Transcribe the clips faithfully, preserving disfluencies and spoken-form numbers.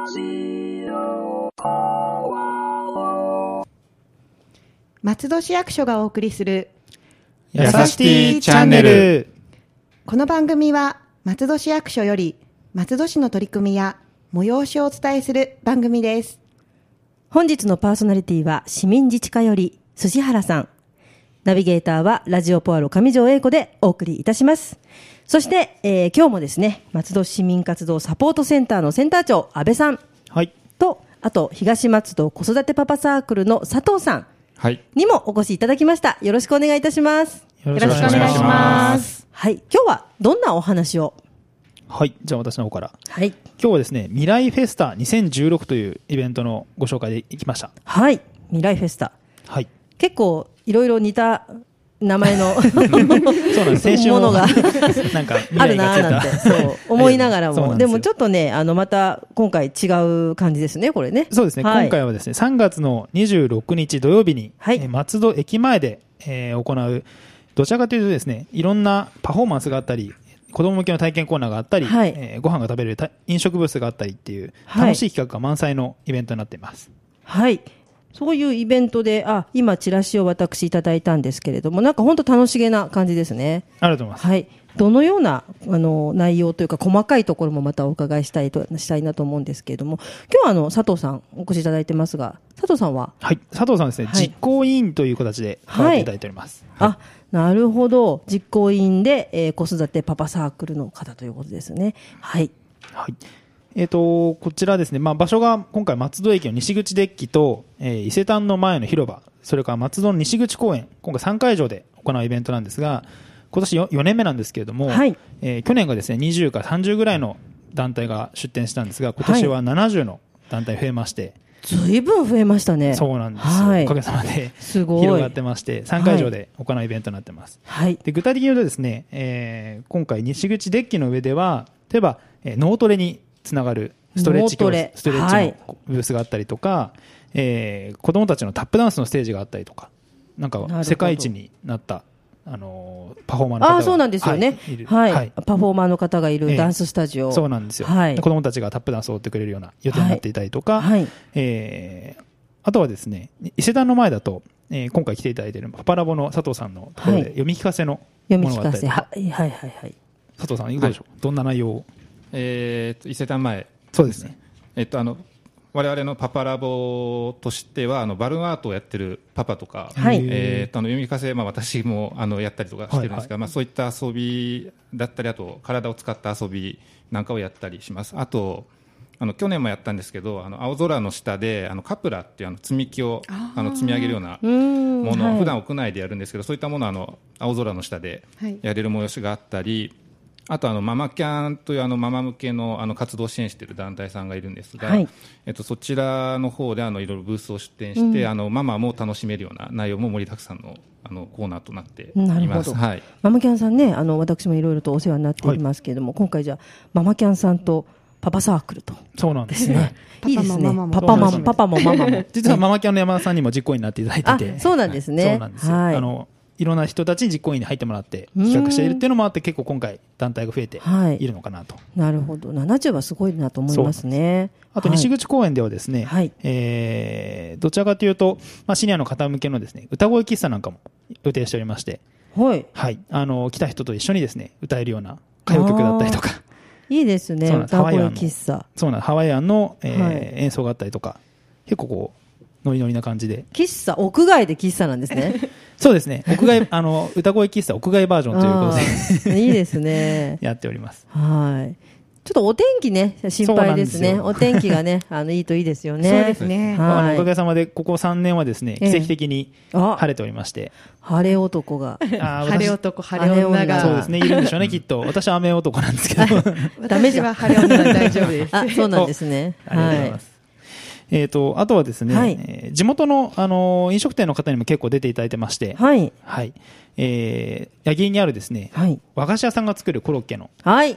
松戸市役所がお送りするやさしティチャンネル。 この番組は松戸市役所より松戸市の取り組みや催しをお伝えする番組です。 本日のパーソナリティは市民自治課より寿司原さん、ナビゲーターはラジオポアロ上条英子でお送りいたします。そして、えー、今日もですね、松戸市民活動サポートセンターのセンター長安倍さん、 はい、 とあと東松戸子育てパパサークルの佐藤さんにもお越しいただきました。よろしくお願いいたします。 よろしくお願いします。 はい、今日はどんなお話を。 はい、じゃあ私の方から、 はい、 今日はですね、未来フェスタにせんじゅうろくというイベントのご紹介でいきました。 はい、未来フェスタ、 はい、 結構いろいろ似た名前のそうなんです。先週もものがなんかあるなーなんてそう思いながらもででももちょっとね、あのまた今回違う感じですね、これね。 そうですね、はい、今回はですねさんがつのにじゅうろくにち土曜日に、はい、松戸駅前で、えー、行う、どちらかというとですね、いろんなパフォーマンスがあったり、子供向けの体験コーナーがあったり、はい、えー、ご飯が食べれる飲食ブースがあったりっていう楽しい企画が満載のイベントになっています。 はい、そういうイベントで、あ、今チラシを私いただいたんですけれども、なんか本当楽しげな感じですね。 ありがとうございます。 はい、どのようなあの内容というか細かいところもまたお伺いしたいとしたいなと思うんですけれども、今日はあの佐藤さんお越しいただいてますが、佐藤さんは、 はい、佐藤さんですね、はい、実行委員という形で関わっていただいております。 はいはい、あ、なるほど、実行委員で、えー、子育てパパサークルの方ということですね。はい、はい、 えー、とこちらですね、まあ、場所が今回松戸駅の西口デッキと、えー、伊勢丹の前の広場、それから松戸の西口公園、今回さんかいじょうで行うイベントなんですが、今年 4, よねんめなんですけれども、はい、えー、去年がですねにじゅうからさんじゅうぐらいの団体が出展したんですが、今年はななじゅうの団体増えまして、はい、 ずいぶん増えましたね。 そうなんですよ、はい、おかげさまですごい広がってまして、さんかいじょうで行うイベントになってます。はい、で具体的に言うとですね、えー、今回西口デッキの上では例えば、えー、脳トレにつながるストレッチ教室、ストレッチのブースがあったりとか、はい、えー、子どもたちのタップダンスのステージがあったりとか、なんか世界一になったあのパフォーマーの方が、 あ、そうなんですよね、はいはい、パフォーマーの方がいるダンススタジオ、 えー、そうなんですよ、はい、子どもたちがタップダンスを踊ってくれるような予定になっていたりとか、はいはい、えー、あとはですね、伊勢丹の前だと、えー、今回来ていただいているパパラボの佐藤さんのところで読み聞かせのものがあったりとか、はい、はいはいはい、佐藤さんいかがでしょう、はい、どんな内容を。 えー、と伊勢丹前、 そうですね、 えっと、あの我々のパパラボとしてはあのバルーンアートをやってるパパとか、はい、えー、とあの読み聞かせ、まあ、私もあのやったりとかしてるんですが、はいはい、まあ、そういった遊びだったり、あと体を使った遊びなんかをやったりします。あとあの去年もやったんですけど、あの青空の下であのカプラっていうあの積み木をあの積み上げるようなものを、はい、普段屋内でやるんですけど、そういったものをあの青空の下でやれる催しがあったり、あとあのママキャンというあのママ向け の, あの活動を支援している団体さんがいるんですが、はい、えっと、そちらの方であのいろいろブースを出展して、うん、あのママも楽しめるような内容も盛りだくさん の, あのコーナーとなっています。なるほど、はい、 ママキャンさんね、あの私もいろいろとお世話になっていますけれども、はい、今回じゃあママキャンさんとパパサークルと。 そうなんですね。 いいですね。パパもパパもママも。 実はママキャンの山田さんにも実行委員になっていただいてて。 あ、そうなんですね。 そうなんですよ。はい、あのいろんな人たちに実行委員に入ってもらって企画しているっていうのもあって、結構今回団体が増えているのかなと。はい、 なるほど。ななじゅうはすごいなと思いますね。 あと西口公園ではですね、はい、えー、どちらかというと、まあ、シニアの方向けのですね、歌声喫茶なんかも予定しておりまして、はい、はい、あの来た人と一緒にですね歌えるような歌謡曲だったりとか。 いいですね。歌声喫茶。 そうなんです。ハワイアンの、えーはい、演奏があったりとか、結構こうノリノリな感じで。 喫茶、屋外で喫茶なんですね。 そうですね。屋外、あの歌声喫茶屋外バージョンということでいいですね。 やっております。 はい。ちょっとお天気ね、心配ですね。お天気がね、あのいいといいですよね。 そうですね。 はい、おかげさまでここさんねんはですね、奇跡的に晴れておりまして。 晴れ男が。 あ、晴れ男、晴れ女が。 そうですね、いるんでしょうね、きっと。私は雨男なんですけど。 私は晴れ女は大丈夫です。 あ、そうなんですね。 ありがとうございます。えー、とあとはですね、はい、えー、地元の、あのー、飲食店の方にも結構出ていただいてまして、はいはい、えー、八木にあるですね、はい、和菓子屋さんが作るコロッケの、はい、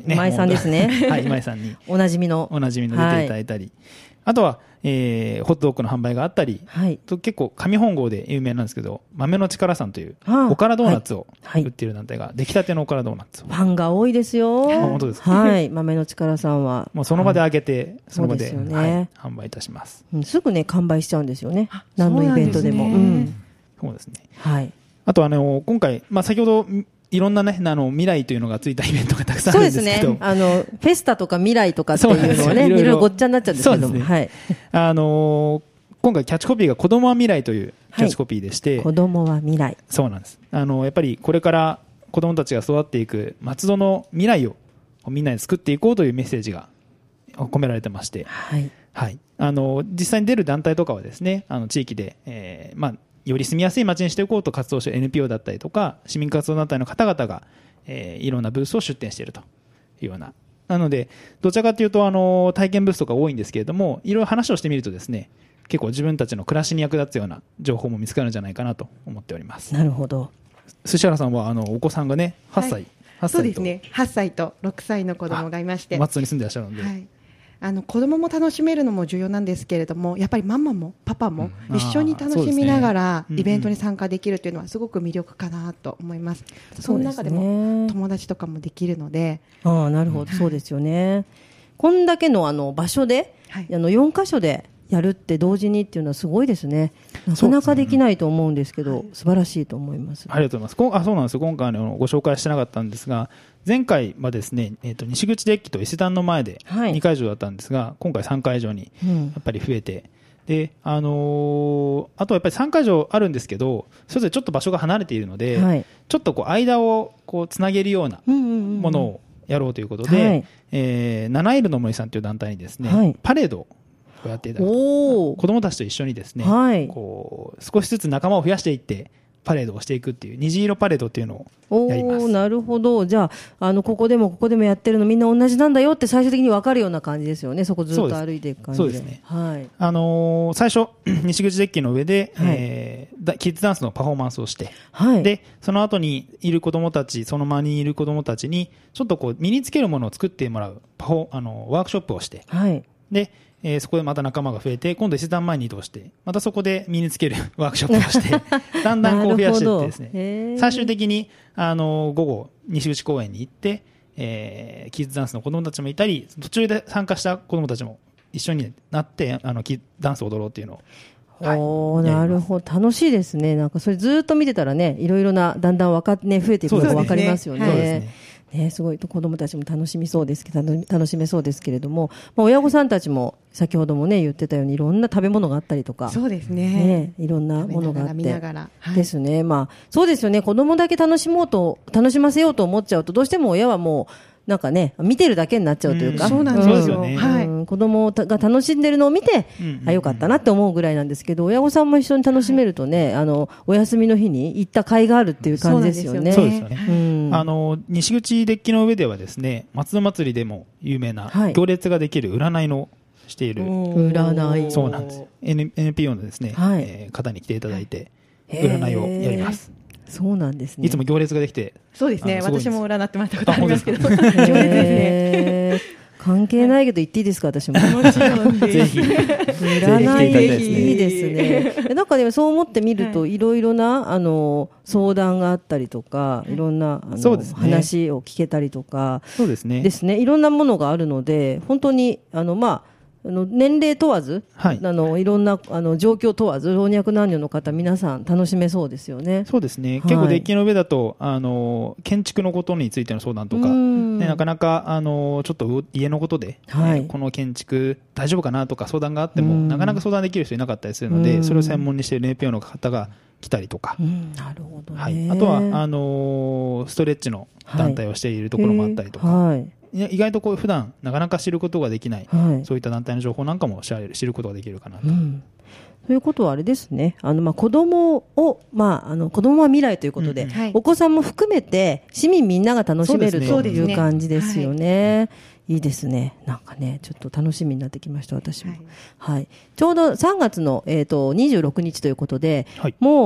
ね、 今井さんですね。 はい、今井さんに。 おなじみの。 おなじみの出ていただいたり。はい、あとは、えー、ホットドッグの販売があったり、はい、と結構上本郷で有名なんですけど、豆の力さんというおからドーナツを売っている団体が、はいはい、出来たてのおからドーナツを。 ファンが多いですよ。 本当ですか。 はい、豆の力さんは。 もうその場で揚げて、はい、その場で、 そうですよね、 はい、販売いたします、 うん。すぐね、完売しちゃうんですよね。何のイベントでも。 そうですね。 はい。 あとあの、今回、まあ先ほど、いろんなね、あの、未来というのがついたイベントがたくさんあるんですけど。そうですね。 あの、フェスタとか未来とかっていうのはね、いろいろごっちゃになっちゃうんですけども。ね、はい。 あのー、今回キャッチコピーが子供は未来というキャッチコピーでして。 はい、子供は未来。 そうなんです。あの、やっぱりこれから子供たちが育っていく松戸の未来をみんなで作っていこうというメッセージが込められてまして。はい。はい。あの、実際に出る団体とかはですね、あの、地域で、えー、まあ、より住みやすい街にしていこうと活動している エヌピーオー だったりとか、市民活動団体の方々が、えー、いろんなブースを出展しているというような。なので、どちらかというと、あの、体験ブースとか多いんですけれども、いろいろ話をしてみるとですね、結構自分たちの暮らしに役立つような情報も見つかるんじゃないかなと思っております。 なるほど。 寿司原さんは、あの、お子さんがね、はっさい。はい、はっさいと。 そうですね。はっさいとろくさいの子供がいまして。 松戸に住んでいらっしゃるので。はい。 あの子供も楽しめるのも重要なんですけれども、やっぱりママもパパも一緒に楽しみながらイベントに参加できるというのはすごく魅力かなと思います。その中でも友達とかもできるので。 ああ、なるほど、そうですよね。こんだけのあの場所で、はい、あのよんかしょでやるって同時にっていうのはすごいですね。なかなかできないと思うんですけど、はい、素晴らしいと思います。 ありがとうございます。こあそうなんですよ。今回のご紹介してなかったんですが、前回はですね、えー、と西口デッキと伊勢丹の前でにかいじょうだったんですが、はい、今回さんかいじょうにやっぱり増えて、うん、であのー、あとはやっぱりさんかいじょうあるんですけど、それぞれちょっと場所が離れているので、はい、ちょっとこう間をこうつなげるようなものをやろうということで、はい、えー、七色の森さんという団体にですね、はい、パレードをやっていただくと、子どもたちと一緒にですね、はい、こう少しずつ仲間を増やしていってパレードをしていくっていう虹色パレードっていうのをやります。 おなるほど。じゃあ、あのここでもここでもやってるのみんな同じなんだよって最終的に分かるような感じですよね。そこずっと歩いていく感じで。 そうですね。はい。あのー、最初西口デッキの上で、はい、えー、キッズダンスのパフォーマンスをして、はい、でその後にいる子どもたち、その周りにいる子どもたちにちょっとこう身につけるものを作ってもらうパフォあのワークショップをして、はい、で。えー、そこでまた仲間が増えて、今度伊勢丹前に移動して、またそこで身につけるワークショップをして、だんだんこう増やしていってですね、最終的に、あのー、午後、西口公園に行って、えー、キッズダンスの子供たちもいたり、途中で参加した子供たちも一緒になって、あの、キッズダンスを踊ろうっていうのを。はい、 おなるほど。楽しいですね。なんかそれずっと見てたらね、いろいろな、だんだんわかっね、増えていくのがわかりますよね。そうですね。ね、すごいと子どもたちも楽しみそうですけど楽しめそうですけれども、まあ、親御さんたちも先ほどもね言ってたようにいろんな食べ物があったりとか、 そうですね、 ね、いろんなものがあってですね、まあそうですよね。子どもだけ楽しもうと楽しませようと思っちゃうとどうしても親はもうなんかね見てるだけになっちゃうというか、 うん、そうなんですよね、はい、 うん、子供が楽しんでるのを見て、うんうんうん、あよかったなって思うぐらいなんですけど、親御さんも一緒に楽しめるとね、はい、あのお休みの日に行った甲斐があるっていう感じですよね。 そうですよね、うん、あの西口デッキの上ではですね、松戸祭りでも有名な行列ができる占いのしている、 占い、 そうなんです。 エヌピーオー のですね、はい、えー、方に来ていただいて占いをやります。 そうなんですね。 いつも行列ができて。 そうですね。私も占ってもらったことありますけど。行列ですね。 関係ないけど言っていいですか、私も。 もちろんぜひ。 占いいいですね。なんかでもそう思ってみると、いろいろなあの相談があったりとか、いろんなあの話を聞けたりとか、 そうですね。 ですね。いろんなものがあるので、本当にあのまあ。あの年齢問わず、はい、あのいろんなあの状況問わず老若男女の方皆さん楽しめそうですよね。 そうですね、はい、結構デッキの上だとあの建築のことについての相談とか、ね、なかなかあのちょっと家のことで、はい、この建築大丈夫かなとか相談があってもなかなか相談できる人いなかったりするので、それを専門にしている エヌピーオー の方が来たりとか、 なるほどね、 はい、あとはあのストレッチの団体をしているところもあったりとか、はい、意外とこう普段なかなか知ることができない、はい、そういった団体の情報なんかも知る、知ることができるかなと、うん、 ということはあれですね、あのまあ子供を、まあ、あの子供は未来ということで、うんうん、お子さんも含めて市民みんなが楽しめる、ね、という感じですよね。いいですね。なんかね、ちょっと楽しみになってきました、私も。はい。はい、ちょうどさんがつの、えーと、にじゅうろくにちということで、はい、もう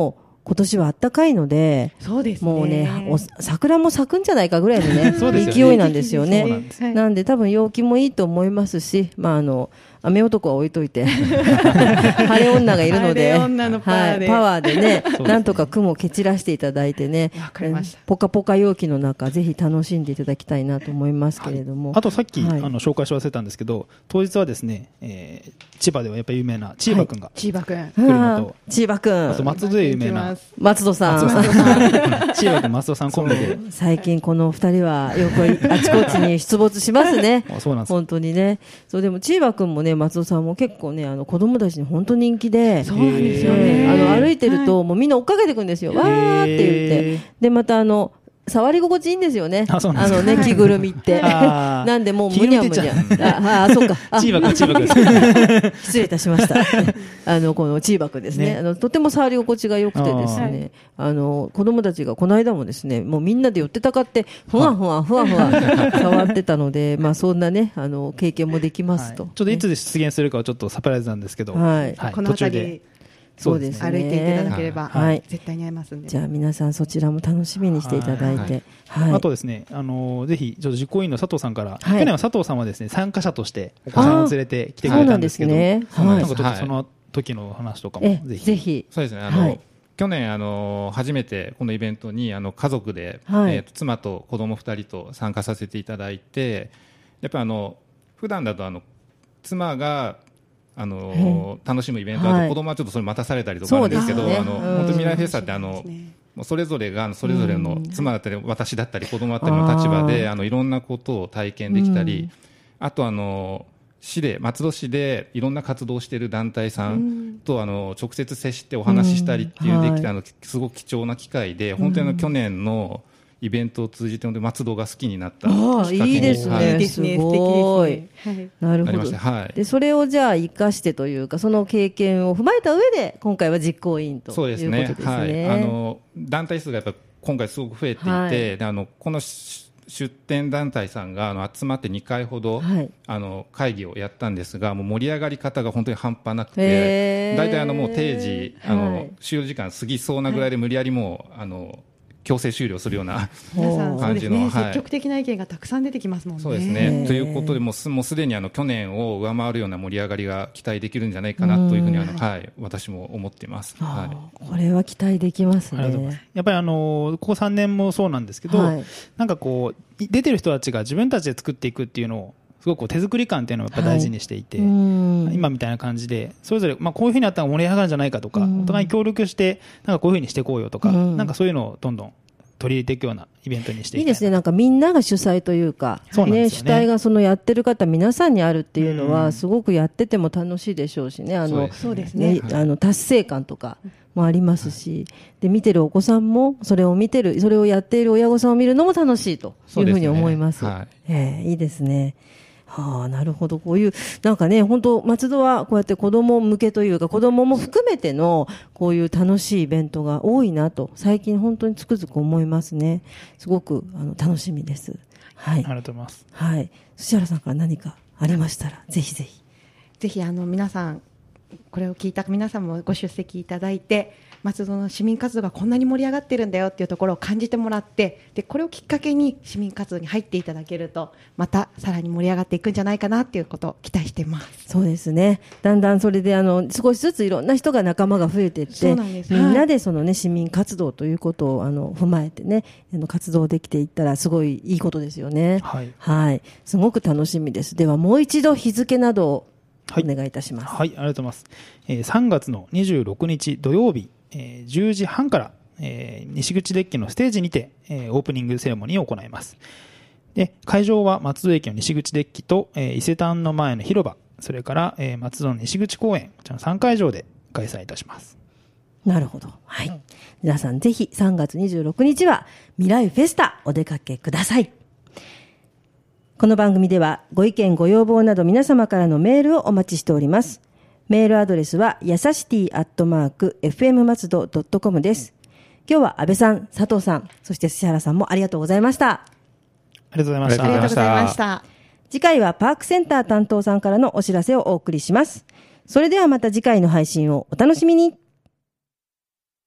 今年は暖かいので、 そうですね、 もうね、お桜も咲くんじゃないかぐらいのね、 そうですよね、 勢いなんですよね。 そうなんです。 なんで多分陽気もいいと思いますし、まああの雨男は置いといて晴れ女がいるので、 晴れ女のパワーで、 はい、パワーでね、なんとか雲を蹴散らしていただいてね、 わかりました。 ポカポカ陽気の中、ぜひ楽しんでいただきたいなと思いますけれども、 はい、あとさっき、 はい、 あの紹介し忘れたんですけど、当日はですね、えー、千葉ではやっぱり有名なチーバくんが、はい、 チーバくん来るのと、 チーバくん、 あと松戸で有名な松戸さん、 チーバくん松戸さんコンビで、 最近この二人はよくあちこちに出没しますね。 そうなんです。 本当にね。そうでもチーバくんもね、松戸さんも結構ね、あの子供たちに本当人気で、 そうなんですよね。 あの歩いてると、はい、もうみんな追っかけてくるんですよ。わーって言って、でまたあの触り心地いいんですよね。 あ、そうなんですあのね、着ぐるみって。なんでもうむにゃむにゃ。ああ、そうか。 チーバくん、チーバくんです。失礼いたしました。あの、このチーバくんですね。ね、あの、とても触り心地が良くてですね、あ, あの、子供たちがこの間もですね、もうみんなで寄ってたかって、ふわふわ、ふわふわ、触ってたので、まあそんなね、あの、経験もできますと。はい、 ちょっといつ出現するかはちょっとサプライズなんですけど、 はい。 はい、 この辺り。 そうですね、 歩いていただければ、 はい、 絶対に会えますんで。 じゃあ皆さんそちらも楽しみにしていただいて、はいはい、あとですね、あのー、ぜひちょっと実行委員の佐藤さんから、はい、去年は佐藤さんはですね参加者としてお子さんを連れて来てくれたんですけど、そうなんですね、はい、なんかちょっとその時の話とかもぜひ、 ぜひ、 そうですね、あの、はい、去年あの初めてこのイベントにあの家族で、はい、えー、と妻と子供ふたりと参加させていただいて、やっぱりあの普段だとあの妻があの楽しむイベントだと子供はちょっとそれ待たされたりとかあるんですけど、あの本当に未来フェスタってあのそれぞれがそれぞれの妻だったり私だったり子供だったりの立場であのいろんなことを体験できたり、あとあの市で松戸市でいろんな活動をしている団体さんとあの直接接してお話ししたりっていうできたのすごく貴重な機会で、本当にあの去年のイベントを通じて松戸が好きになったきっかけに、 いいですね、はい、いいですね、素敵ですね、なるほど、 はい、 でそれをじゃあ生かしてというかその経験を踏まえた上で今回は実行委員ということですね。そうですね、はい、 あの団体数がやっぱ今回すごく増えていて、はい、であのこの出展団体さんがあの集まってにかいほど、はい、あの会議をやったんですが、もう盛り上がり方が本当に半端なくて、大体あのもう定時あの、はい、終了時間過ぎそうなぐらいで無理やりもうあの強制終了するような感じの、 ね、はい、積極的な意見がたくさん出てきますもんね。 そうですね。ということでもうす、もうすでにあの去年を上回るような盛り上がりが期待できるんじゃないかなというふうにあの、はい、私も思っています。はい、 これは期待できますね。 ありがとうございます。やっぱりあのここさんねんもそうなんですけど、はい、なんかこう出てる人たちが自分たちで作っていくっていうのをすごく手作り感っていうのをやっぱ大事にしていて、はい、今みたいな感じでそれぞれ、まあ、こういうふうにやったら盛り上がるんじゃないかとか、お互い協力してなんかこういうふうにしていこうよとか、なんかそういうのをどんどん取り入れていくようなイベントにしていきたい。 いいですね。なんかみんなが主催というか、 そうなんですよね、 主体がそのやってる方皆さんにあるっていうのはすごくやってても楽しいでしょうしね。あの、 そうですね。 あの達成感とかもありますし、で見てるお子さんもそれを見てる、それをやっている親御さんを見るのも楽しいというふうに思います。そうですね。はい、えー、いいですね。はあ、なるほど。こういう、なんかね、本当松戸はこうやって子供向けというか、子供も含めての、こういう楽しいイベントが多いなと、最近本当につくづく思いますね。すごく、あの、楽しみです。はい。 ありがとうございます。 はい。土原さんから何かありましたら、ぜひぜひ。 ぜひ、あの、皆さん、これを聞いた皆さんもご出席いただいて、松戸の市民活動がこんなに盛り上がってるんだよっていうところを感じてもらって、でこれをきっかけに市民活動に入っていただけるとまたさらに盛り上がっていくんじゃないかなっていうことを期待しています。 そうですね。だんだんそれであの少しずついろんな人が仲間が増えていって、みんなでその、ね、市民活動ということをあの踏まえてね、あの活動できていったらすごいいいことですよね。 はい、 はい、すごく楽しみです。ではもう一度日付などをお願いいたします。 はい、はい、ありがとうございます。えー、さんがつのにじゅうろくにち土曜日、えー、じゅうじはんから、えー、西口デッキのステージにて、えー、オープニングセレモニーを行います。で会場は松戸駅の西口デッキと、えー、伊勢丹の前の広場、それから、えー、松戸の西口公園、こちらのさんかいじょうで開催いたします。 なるほど。はい。皆さんぜひさんがつにじゅうろくにちは未来フェスタお出かけください。この番組ではご意見ご要望など皆様からのメールをお待ちしております。メールアドレスはやさしティアットマーク エフエム 松戸 ドットコム です。今日は安倍さん、佐藤さん、そして土原さんもありがとうございました。 ありがとうございました。 ありがとうございました。 次回はパークセンター担当さんからのお知らせをお送りします。それではまた次回の配信をお楽しみに。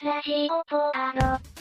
ラジオポアロ。